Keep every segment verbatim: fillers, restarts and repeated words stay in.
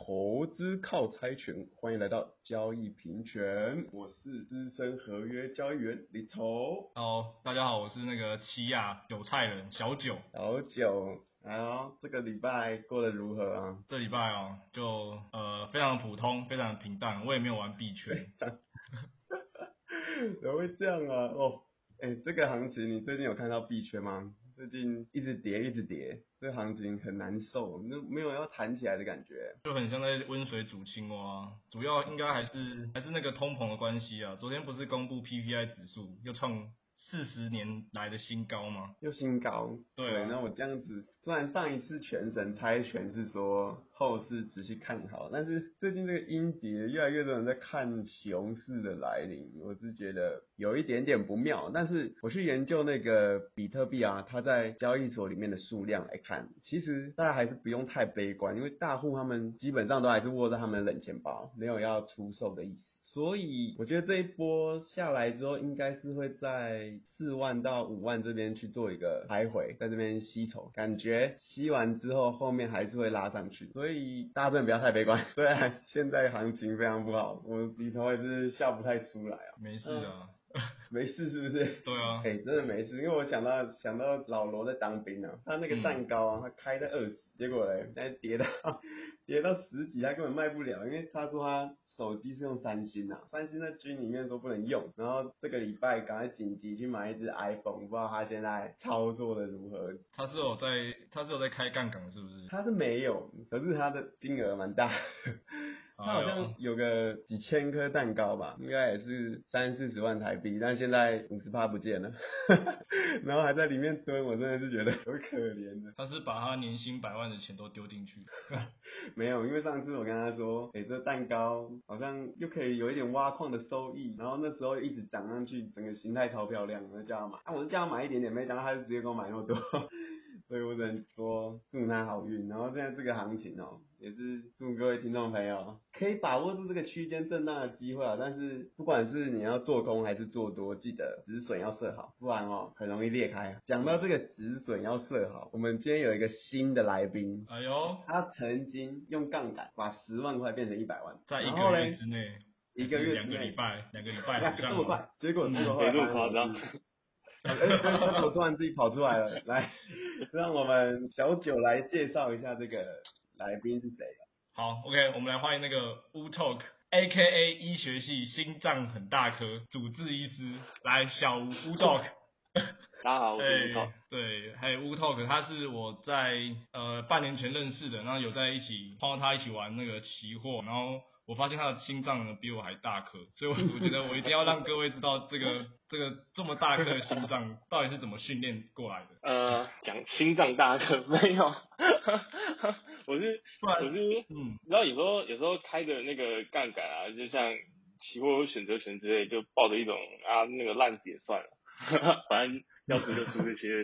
投资靠猜拳，欢迎来到交易平权，我是资深合约交易员李头。 哦，大家好，我是那个奇亚韭菜人小九。 小九，哎呦，这个礼拜过得如何啊？ 这礼拜哦，就呃非常普通，非常平淡，我也没有玩币圈。 怎么会这样啊？哦，哎，这个行情你最近有看到币圈吗？最近一直跌，一直跌，这行情很难受，那没有要弹起来的感觉。 就很像在温水煮青蛙，主要应该还是还是那个通膨的关系啊。昨天不是公布 P P I 指数又创四十年来的新高吗？ 又新高，对， 对啊， 那我这样子，虽然上一次全神猜拳是说后市持续看好，但是最近这个阴跌，越来越多人在看熊市的来临，我是觉得有一点点不妙。但是我去研究那个比特币啊，它在交易所里面的数量来看，其实大家还是不用太悲观，因为大户他们基本上都还是握在他们的冷钱包，没有要出售的意思。所以我觉得这一波下来之后，应该是会在四万到五万这边去做一个徘徊，在这边吸筹，感觉吸完之后后面还是会拉上去，所以大家真的不要太悲观。虽然现在行情非常不好，我里头也是笑不太出来啊。 没事啊。 没事是不是？ 对啊， 哎、欸，真的没事，因为我想到想到老罗在当兵啊，他那个蛋糕啊，他开在二十，结果嘞，现在跌到跌到十几，他根本卖不了，因为他说他手机是用三星啊，三星在军里面说不能用，然后这个礼拜赶快紧急去买一只 iPhone，不知道他现在操作的如何。 他是有在他是有在开杠杆是不是？ 他是没有，可是他的金额蛮大的。他好像哎呦， 有个几千颗蛋糕吧，应该也是三四十万台币，但现在五十趴不见了，然后还在里面蹲，我真的是觉得有可怜的。 他是把他年薪百万的钱都丢进去。 没有，因为上次我跟他说，哎、欸，这蛋糕好像又可以有一点挖矿的收益，然后那时候一直涨上去，整个形态超漂亮，我就叫他买，啊，我就叫他买一点点，没想到他就直接给我买那么多。所以我只能说祝他好运，然后现在这个行情哦，也是祝各位听众朋友可以把握住这个区间震荡的机会啊。但是不管是你要做空还是做多，记得止损要设好，不然哦很容易裂开。讲到这个止损要设好，我们今天有一个新的来宾， 哎呦， 他曾经用杠杆把十万块变成一百万， 在一个月然后嘞之内， 一个还是两个礼月之内， 拜，两个礼拜呀好像哦。 这么快，结果结果嗯， 后来没这么发生什么夸张。 事？哎、欸，对，小九突然自己跑出来了，来，让我们小九来介绍一下这个来宾是谁。 好 ，OK， 我们来欢迎那个乌 Talk，A K A 医学系心脏很大科主治医师，来小吴乌 Talk。 大家好，我是吴哎， 涛。 对，还有乌 Talk，他是我在呃半年前认识的，然后有在一起碰到他一起玩那个期货，然后我发现他的心脏呢比我还大颗，所以我我觉得我一定要让各位知道这个这个这么大颗的心脏到底是怎么训练过来的。 呃，讲心脏大颗没有，我是不然， 我是， 嗯， 你知道有时候有时候开的那个杠杆啊，就像期货选择权之类，就抱着一种啊那个烂死也算了，反正要输就输这些，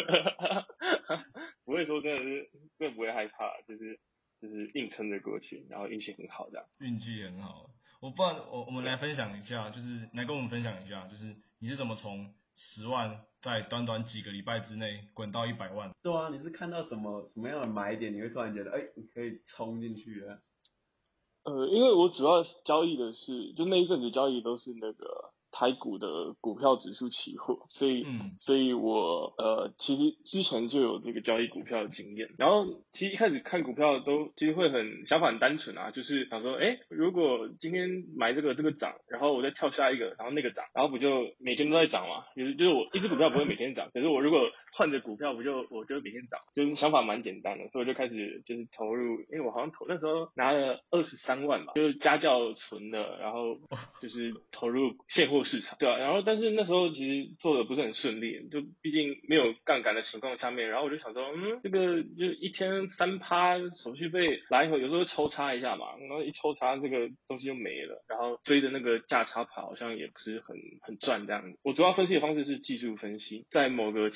不会说真的是真的不会害怕，就是就是硬撑着过去，然后运气很好这样。 运气很好。我不然我我们来分享一下，就是来跟我们分享一下，就是你是怎么从十万在短短几个礼拜之内滚到一百万？ 对啊，你是看到什么什么样的买点，你会突然觉得，哎、欸，你可以冲进去了？ 呃，因为我主要交易的是，就那一阵子交易都是那个台股的股票指数期货，所以， 嗯， 所以我呃其实之前就有这个交易股票的经验，然后其实一开始看股票都其实会很想法很单纯啊，就是想说，哎，如果今天买这个这个涨，然后我再跳下一个，然后那个涨，然后不就每天都在涨嘛？就是就是我一只股票不会每天涨，可是我如果换着股票，不就我就每天涨，就是想法蛮简单的，所以我就开始就是投入，因为我好像投那时候拿了二十三万吧，就是家教存的，然后就是投入现货市场，对啊，然后但是那时候其实做的不是很顺利，就毕竟没有杠杆的情况下面，然后我就想说，嗯，这个就一天三趴手续费来回，有时候抽插一下嘛，然后一抽插这个东西就没了，然后追的那个价差跑好像也不是很很赚这样子。我主要分析的方式是技术分析，在某个契机之下。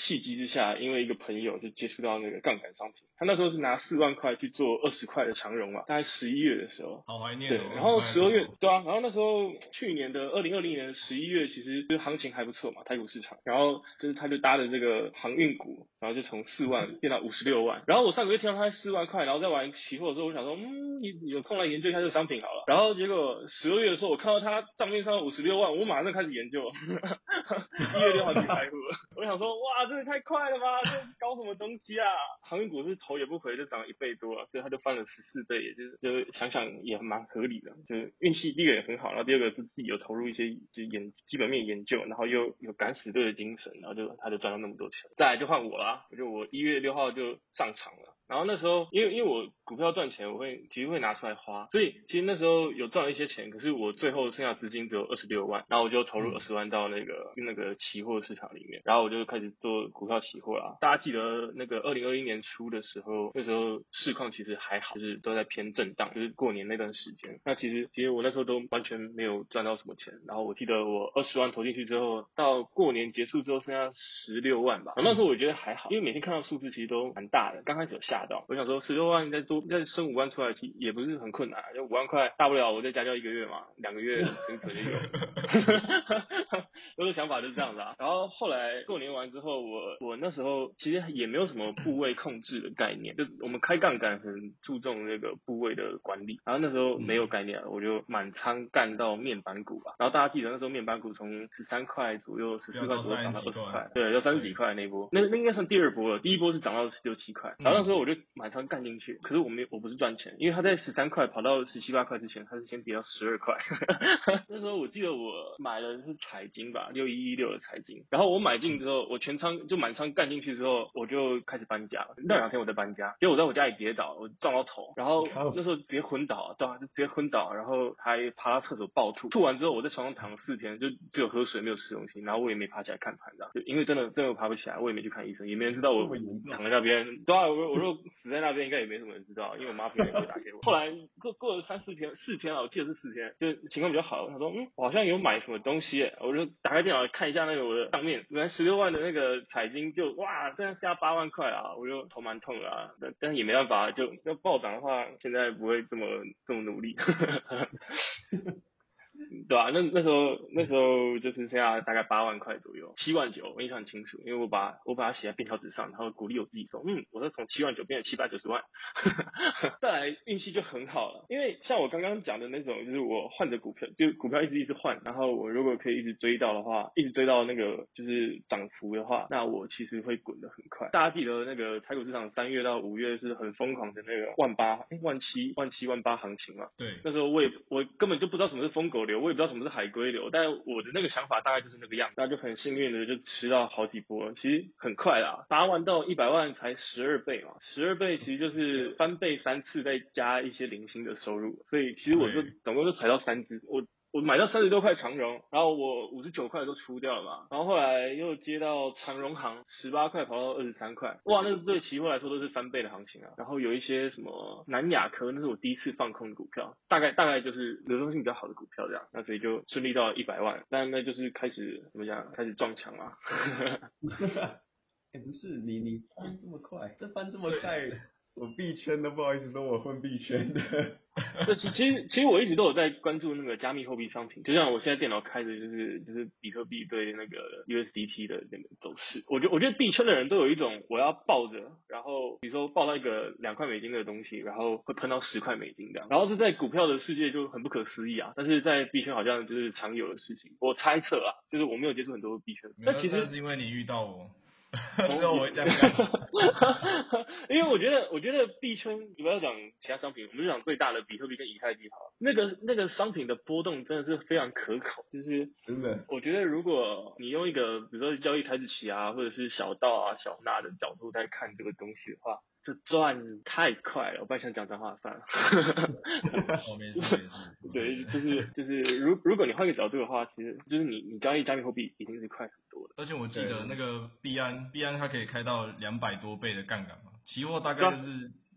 下，因为一个朋友就接触到那个杠杆商品，他那时候是拿四万块去做二十块的长荣嘛，大概十一月的时候。 好怀念、哦。 对，然后十二月，对啊，然后那时候去年的二零二零年的十一月，其实就是行情还不错嘛，台股市场，然后就是他就搭的这个航运股，然后就从四万变到五十六万。然后我上个月听到他四万块，然后在玩期货的时候，我想说，嗯，你有空来研究一下这个商品好了。然后结果十二月的时候，我看到他账面上五十六万，我马上开始研究，一月六号就开户了。我想说，哇，这也太快了吧，这搞什么东西啊？航运股是头也不回就涨了一倍多啊，所以他就翻了十四倍，也就是就想想也蛮合理的，就是运气第一个也很好，然后第二个是自己有投入一些就研基本面研究，然后又有敢死队的精神，然后就他就赚到那么多钱。再来就换我啦，我就我一月六号就上场了。然后那时候，因为因为我股票赚钱，我会其实会拿出来花，所以其实那时候有赚了一些钱，可是我最后剩下资金只有二十六万，然后我就投入二十万到那个、嗯、那个期货市场里面，然后我就开始做股票期货啦。大家记得那个二零二一年初的时候，那时候市况其实还好，就是都在偏震荡，就是过年那段时间。那其实其实我那时候都完全没有赚到什么钱，然后我记得我二十万投进去之后，到过年结束之后剩下十六万吧。那时候我觉得还好，因为每天看到数字其实都蛮大的，刚开始有下到，我想说十六万再多再升五万出来，其实也不是很困难，就五万块大不了我再家教一个月嘛，两个月存存就有。我的想法就是这样子啊。然后后来过年完之后，我我那时候其实也没有什么部位控制的概念，就我们开杠杆很注重那个部位的管理，然后那时候没有概念，我就满仓干到面板股吧。然后大家记得那时候面板股从十三块左右、十四块左右涨到二十块，对，要三十几块那一波，那那应该算第二波了。第一波是涨到十六七块，然后那时候我就满仓干进去，可是我没我不是赚钱，因为它在十三块跑到十七八块之前，它是先跌到十二块。那时候我记得我买的是彩金吧，六一一六的彩金，然后我买进之后，我全仓就满仓干进去之后，我就开始搬家。那两天我在搬家，结果我在我家里跌倒，我撞到头，然后那时候直接昏倒，对啊，就直接昏倒，然后还爬到厕所暴吐，吐完之后我在床上躺了四天，就只有喝水没有吃东西，然后我也没爬起来看盘的，就因为真的真的爬不起来，我也没去看医生，也没人知道我躺在那边，对啊，我我如果死在那边应该也没什么人知道，因为我妈平常也不会打给我。后来过过了三四天，四天了，我记得是四天，就情况比较好，我想说嗯，我好像有买什么东西耶，我就打开电脑看一下那个我的账面，原来十六万的那个彩金就哇，这样下八万块啊，我就头蛮痛的啊，但但是也没办法，就要暴涨的话，现在不会这么这么努力。对啊，那那时候那时候就是剩下大概八万块左右，七万九，我印象很清楚，因为我把我把它写在便条纸上，然后鼓励我自己说，嗯，我是从七万九变成七百九十万。再来运气就很好了，因为像我刚刚讲的那种，就是我换着股票，就股票一直一直换，然后我如果可以一直追到的话，一直追到那个就是涨幅的话，那我其实会滚得很快。大家记得那个台股市场三月到五月是很疯狂的那个万八、哎万七、万七万八行情嘛？ 对， 那时候我也我根本就不知道什么是疯狗流，我也不知道什么是海龟流，但我的那个想法大概就是那个样子，那就很幸运的就吃到好几波，其实很快啦，八万到一百万才十二倍嘛，十二倍其实就是翻倍三次再加一些零星的收入，所以其实我就总共就踩到三只，我。我买到三十多块长荣，然后我五十九块都出掉了嘛，然后后来又接到长荣行十八块跑到二十三块，哇，那对期货来说都是翻倍的行情啊。然后有一些什么南亚科，那是我第一次放空的股票，大概大概就是流动性比较好的股票这样，那所以就顺利到一百万，但那就是开始怎么讲，开始撞墙嘛。 哎、欸，不是你你翻这么快，这翻这么快，我币圈的不好意思说，我混币圈的。 对，其实其实我一直都有在关注那个加密货币商品，就像我现在电脑开的就是就是比特币对那个 U S D T 的那个走势。我觉得我觉得币圈的人都有一种我要抱着，然后比如说抱到一个两块美金的东西，然后会喷到十块美金这样，然后这在股票的世界就很不可思议啊，但是在币圈好像就是常有的事情。我猜测啊，就是我没有接触很多币圈，但其实是因为你遇到我。所以我会这样干。 因为我觉得，我觉得币圈，你不要讲其他商品，我们就讲最大的比特币跟以太币好了，那个那个商品的波动真的是非常可口，就是真的， 我觉得如果你用一个比如说交易台子棋啊，或者是小道啊、小纳的角度在看这个东西的话，这赚太快了，我不想讲脏话算了。 哦，没事没事。 对，就是就是如如果你换个角度的话，其实就是你你交易加密货币一定是快很多的。 而且我记得那个币安币安它可以开到两百多倍的杠杆嘛，期货大概就是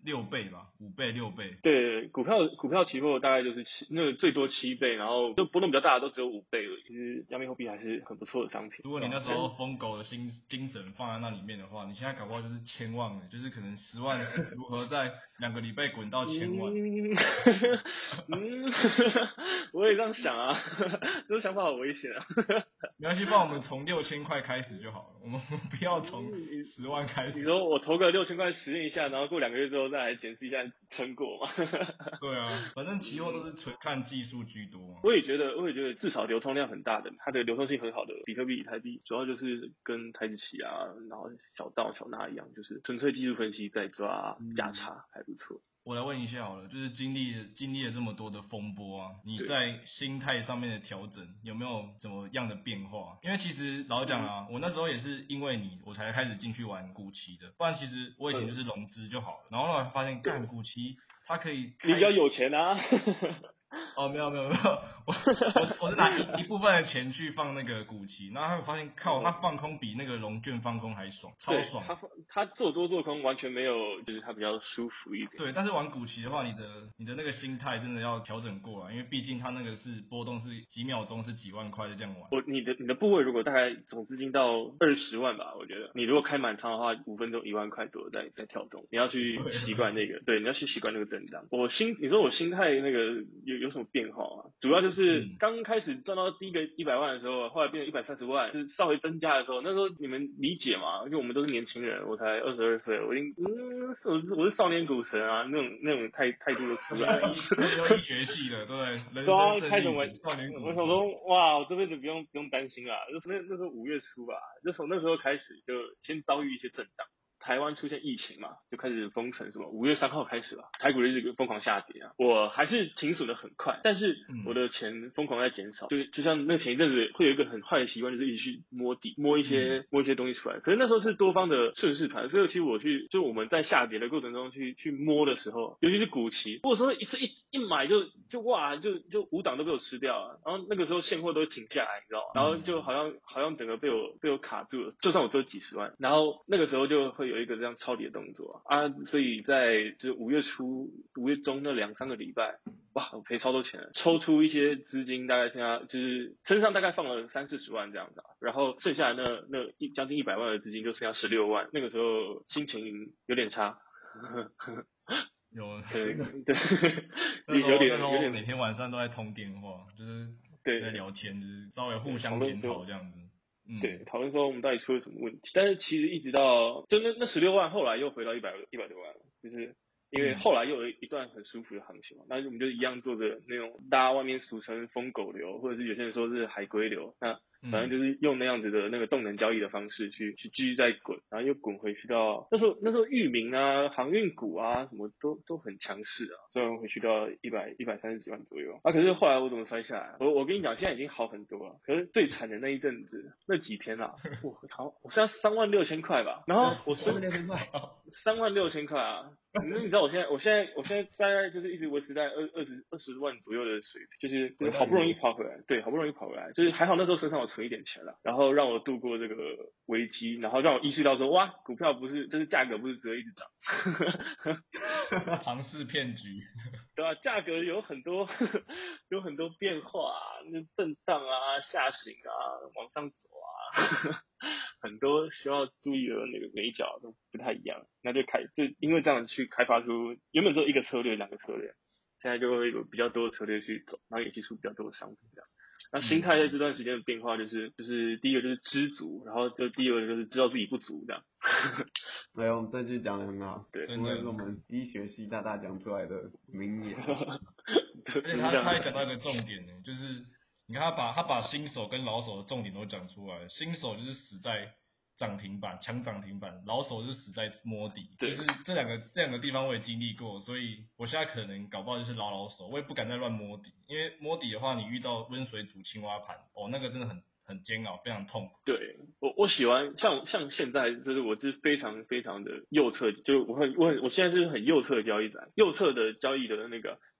六倍吧，五倍六倍。 对，股票股票期货大概就是七，那个最多七倍，然后就波动比较大的都只有五倍而已。其实加密货币还是很不错的商品。 如果你那时候疯狗的心精神放在那里面的话，你现在搞不好就是千万了，就是可能十万如何在两个礼拜滚到千万。 嗯，嗯我也这样想啊，这个想法好危险啊。 没关系，帮我们从六千块开始就好了，我们不要从十万开始。 你说我投个六千块实验一下，然后过两个月之后再来检视一下成果嘛？ 对啊，反正期货都是纯看技术居多嘛。 我也觉得，我也觉得至少流通量很大的，它的流通性很好的比特币、以太币，主要就是跟台子期啊，然后小道、小纳一样，就是纯粹技术分析在抓价差，还不错。 我来问一下好了，就是经历了经历了这么多的风波啊，你在心态上面的调整有没有什么样的变化？因为其实老实讲啊，我那时候也是因为你我才开始进去玩股期的，不然其实我以前就是融资就好了，然后后来发现干股期它可以开， 你比较有钱啊。 哦，没有没有没有，我我我是拿一一部分的钱去放那个股期，然后他发现靠，他放空比那个融券放空还爽，超爽。 他他做多做空完全没有，就是他比较舒服一点。 对，但是玩股期的话，你的你的那个心态真的要调整过来，因为毕竟它那个是波动是几秒钟是几万块就这样玩。 我你的你的部位如果大概总资金到二十万吧，我觉得你如果开满仓的话，五分钟一万块左右在在跳动，你要去习惯那个，对，你要去习惯那个震荡。我心你说我心态那个有有什么变化啊？主要就是刚开始赚到第一个一百万的时候，后来变成一百三十万，就是稍微增加的时候，那时候你们理解嘛？因为我们都是年轻人，我才二十二岁，我已经嗯，我是我是少年股神啊，那种那种态态度都出来了。 那又医学系的，对，人对啊， 生开什么？ 少年股。 我想说，哇，我这辈子不用不用担心啦。就是那那时候五月初吧，就从那时候开始就先遭遇一些震荡。台湾出现疫情嘛，就开始封城，什么五月三号开始吧，台股就一直疯狂下跌啊。我还是停损的很快，但是我的钱疯狂在减少，就就像那前一阵子会有一个很坏的习惯，就是一直去摸底，摸一些、嗯、摸一些东西出来。可是那时候是多方的顺势盘，所以其实我去就我们在下跌的过程中去去摸的时候，尤其是股期，或者说一次一一买就就哇就就五档都被我吃掉了，然后那个时候现货都停下来，你知道吗？然后就好像好像整个被我被我卡住了，就算我只有几十万，然后那个时候就会有一个这样抄底的动作啊，所以在就是五月初、五月中那两三个礼拜，哇，我赔超多钱了，抽出一些资金，大概现在就是身上大概放了三四十万这样子，然后剩下的那那一将近一百万的资金就剩下十六万，那个时候心情有点差。 有对对， 有点有点每天晚上都在通电话，就是在聊天，就是稍微互相检讨这样子。 嗯、对，讨论说我们到底出了什么问题，但是其实一直到就那那十六万后来又回到一百一百多万了，就是因为后来又有一段很舒服的行情嘛，那我们就一样做着那种大家外面俗称疯狗流，或者是有些人说是海龟流，那反正就是用那样子的那个动能交易的方式去去继续再滚，然后又滚回去到那时候那时候裕民啊、航运股啊什么都都很强势啊，虽然回去到一百一百三十几万左右啊，可是后来我怎么摔下来？我我跟你讲，现在已经好很多了，可是最惨的那一阵子那几天啊，我好我现在三万六千块吧，然后我三万六千块，三万六千块啊。那你知道我现在，我现在，我现在大概就是一直维持在二二十二十万左右的水平，就是就是好不容易跑回来，对，好不容易跑回来，就是还好那时候身上有存一点钱了，然后让我度过这个危机，然后让我意识到说，哇，股票不是，就是价格不是只会一直涨， 庞氏骗局， 对吧、啊？价格有很多有很多变化、啊，那震荡啊，下行啊，往上走啊。很多需要注意的那个美角都不太一样，那就开就因为这样去开发出原本只有一个策略、两个策略，现在就会有比较多的策略去走，然后也接触比较多的商品这样。那心态在这段时间的变化就是，就是第一个就是知足，然后就第二个就是知道自己不足这样。 没有，我们这句讲得很好， 对， 因为是我们医学系大大讲出来的名言。 而且他他还讲到一个重点呢，就是你看他把他把新手跟老手的重点都讲出来，新手就是死在涨停板抢涨停板，老手就是死在摸底，就是这两个这两个地方我也经历过，所以我现在可能搞不好就是老老手，我也不敢再乱摸底，因为摸底的话，你遇到温水煮青蛙盘，哦，那个真的很很煎熬，非常痛苦。 对，我我喜欢像像现在就是我是非常非常的右侧，就我很我很我现在是很右侧的交易者，右侧的交易的那个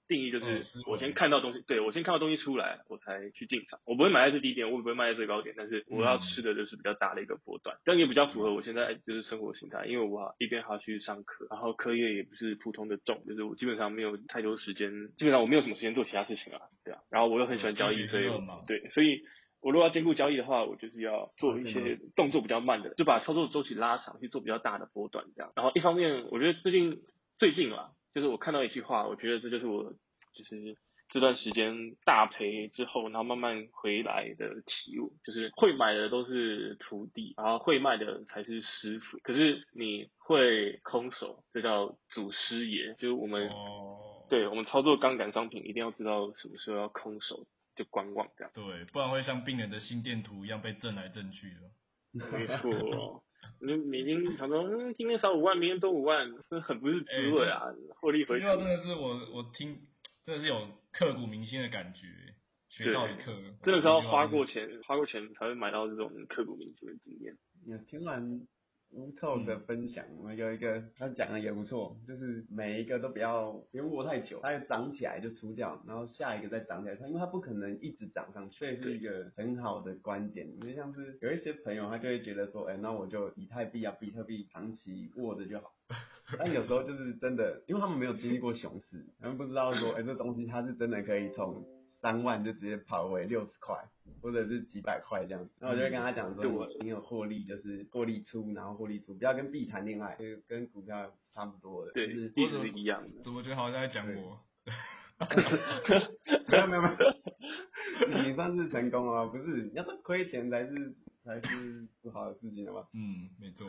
定义就嗯是我先看到东西，对我先看到东西出来，我才去进场。我不会买在最低点，我也不会卖在最高点，但是我要吃的就是比较大的一个波段，这样也比较符合我现在就是生活形态，因为我一边还要去上课，然后课业也不是普通的重，就是我基本上没有太多时间，基本上我没有什么时间做其他事情啊，对啊，然后我又很喜欢交易，所以对，所以。我如果要兼顾交易的话，我就是要做一些动作比较慢的，就把操作周期拉长，去做比较大的波段这样。然后一方面，我觉得最近最近啦，就是我看到一句话，我觉得这就是我就是这段时间大赔之后，然后慢慢回来的体悟，就是会买的都是徒弟，然后会卖的才是师傅。可是你会空手，这叫祖师爷。就是我们， 哦、 对我们操作杠杆商品，一定要知道什么时候要空手。就观望这样， 对，不然会像病人的心电图一样被震来震去的。 没错，你每天想说，嗯，今天少五万，明天多五万，这很不是滋味啊，获、欸、利回吐。 这句话真的是我我听，真的是有刻骨铭心的感觉，学到一课。 真的是要花过钱，花过钱才会买到这种刻骨铭心的经验。 你听完乌透的分享，我们有一个他讲的也不错，就是每一个都不要不用握太久，它涨起来就出掉，然后下一个再涨起来，它因为它不可能一直涨上去，所以是一个很好的观点。因为像是有一些朋友他就会觉得说，哎、欸，那我就以太币啊、比特币长期握着就好。但有时候就是真的，因为他们没有经历过熊市，他们不知道说，哎、欸，这东西它是真的可以从三万就直接跑回六十块，或者是几百块这样。然后我就会跟他讲说，你有获利就是获利出，然后获利出，不要跟币谈恋爱，就跟股票差不多的， 对， 就是意思是一样的。 怎么觉得好像在讲我？ 没有没有没有，你算是成功了，不是？要是亏钱才是才是不好的事情了吧？ 嗯，没错。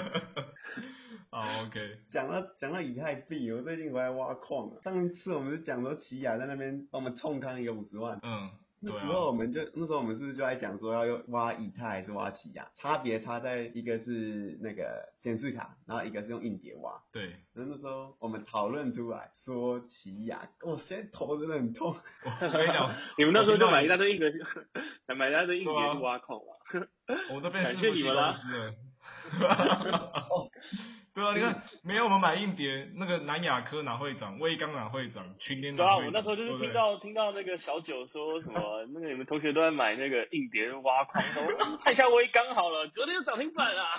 好 ，OK。 讲到讲到以太币，我最近回来挖矿了。上一次我们是讲说奇亚在那边帮我们冲康一个五十万， 嗯， 那时候我们就、啊、那时候我们是不是就在讲说要用挖以太还是挖奇亚？差别差在一个是那个显示卡，然后一个是用硬碟挖。 对。 然后那时候我们讨论出来说奇亚，我现在头真的很痛。 我跟你讲， 你们那时候就买一大堆硬碟，买一大堆硬碟去挖矿嘛。 我都变感谢你们啦。 对啊，你看，没有我们买硬碟，那个南亚科哪会涨，威刚哪会涨，群联哪会涨。 对啊，我那时候就是听到听到那个小九说什么，那个你们同学都在买那个硬碟挖矿，说看一下威刚好了，昨天就涨停板啦。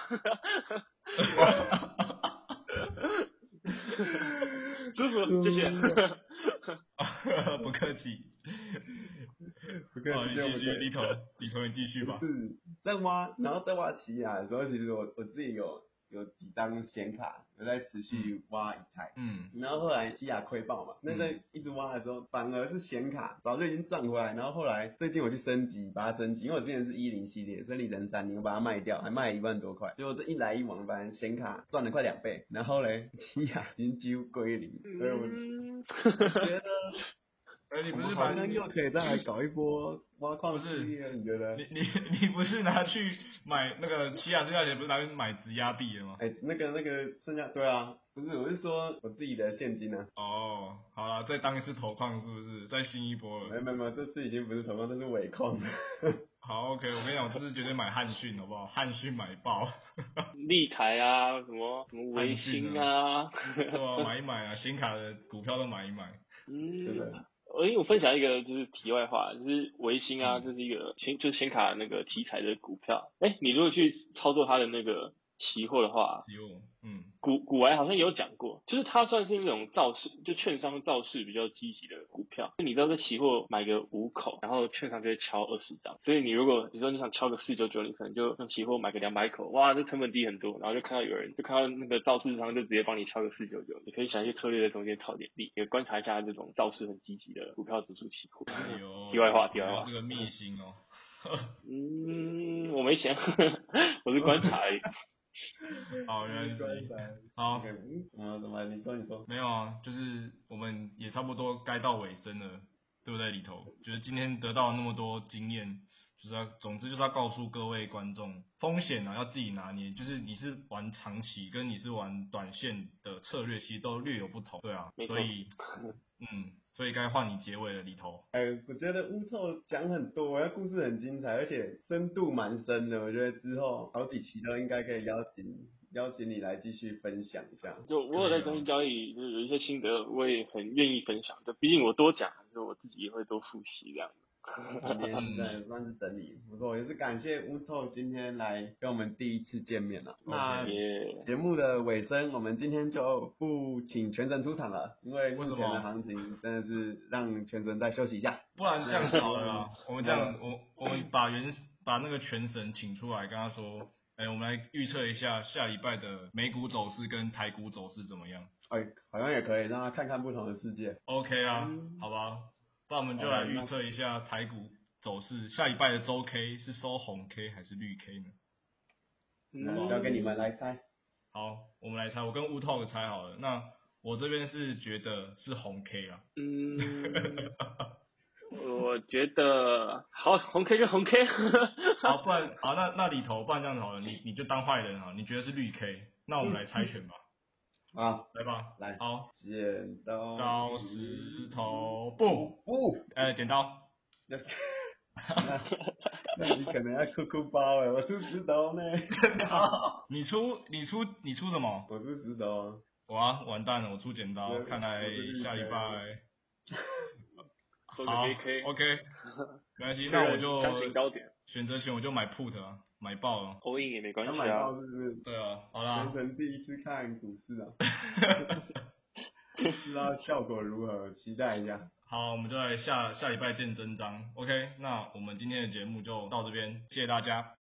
舒服，谢谢。 不客气。 不客气， 继续，里头里头你继续吧。 是在挖，然后在挖奇亚的时候，其实我我自己有有几张显卡，有在持续挖以太， 嗯， 然后后来奇亚亏爆嘛，那在一直挖的时候，反而是显卡早就已经赚回来，然后后来最近我去升级，把它升级，因为我之前是一零系列，升力人三零，我把它卖掉，还卖了一万多块，结果这一来一往，反正显卡赚了快两倍，然后嘞，奇亚已经几乎归零，所以我觉得。 哎，你不是好像又可以再来搞一波挖矿系列，你觉得？ 你你你不是拿去买那个奇亚剩下钱，不是拿去买质押币了吗？ 哎、欸，那个那个剩下，对啊，不是，我是说我自己的现金啊。 哦，好了，再当一次头矿是不是？再新一波了？ 没没没，这次已经不是头矿，这是尾矿。 好 ，OK， 我跟你讲，我这次绝对买汉讯，好不好？汉讯买爆。 立台啊，什么什么微星啊， 对啊，买一买啊，显卡的股票都买一买。 嗯。我因为我分享一个就是题外话，就是微星啊，这、嗯、是一个显就是显卡那个题材的股票。哎、欸，你如果去操作它的那个期货的话， 期货，嗯， 股股癌好像有讲过，就是它算是那种造势，就券商造势比较积极的股票。你知道这期货买个五口，然后券商就会敲二十张，所以你如果比如说你想敲个四九九，你可能就用期货买个两百口，哇，这成本低很多，然后就看到有人就看到那个造势商就直接帮你敲个四九九，你可以想一些策略在中间套点利，也观察一下这种造势很积极的股票指数期货。 哎呦， 题外话，题外话， 这个秘辛哦。 嗯，我没钱，我是观察而已。 好，原来是好， 嗯，怎么怎么？你说你说。 没有啊，就是我们也差不多该到尾声了，对不对？里头，就是今天得到那么多经验，就是要，总之就是要告诉各位观众，风险啊要自己拿捏，就是你是玩长期跟你是玩短线的策略，其实都略有不同，对啊，所以，嗯。所以该换你结尾了，里头。 哎、欸，我觉得乌透讲很多，故事很精彩，而且深度蛮深的。我觉得之后好几期都应该可以邀请邀请你来继续分享一下。 就我有在中心交易，就是有一些心得，我也很愿意分享。就毕竟我多讲，就我自己也会多复习这样。 今天真的算是整理不错，也是感谢乌透今天来跟我们第一次见面了。那节目的尾声，我们今天就不请全神出场了，因为目前的行情真的是让全神再休息一下。 不然这样子好了啦，我们这样，我我们把原把那个全神请出来，跟他说，哎、欸，我们来预测一下下礼拜的美股走势跟台股走势怎么样？ 哎、欸，好像也可以让他看看不同的世界。 OK 啊，嗯、好吧。那我们就来预测一下台股走势，下礼拜的周 K 是收红 K 还是绿 K 呢？ 那交给你们来猜。 好，我们来猜，我跟乌透猜好了。那我这边是觉得是红 K 啊。 嗯，我觉得好，红 K 就红 K。 好，不然好，那那里头，不然这样子好了，你你就当坏人啊，你觉得是绿 K， 那我们来猜拳吧。 啊， 来吧， 来， 好， 剪刀刀石头布， 布， 呃，剪刀。 那那你可能要哭哭包哎，我出石头呢。 你出你出你出什么？ 我出石头啊。 哇，完蛋了，我出剪刀，看来下礼拜。好 ，OK， 没关系，那我就选择权我就买 put 啊，买爆了。 all in 也没关系啊。 买爆是不是？ 对啊，好啦。 全程第一次看股市啊，不知道效果如何，期待一下。 好，我们就来下下礼拜见真章。OK， 那我们今天的节目就到这边，谢谢大家。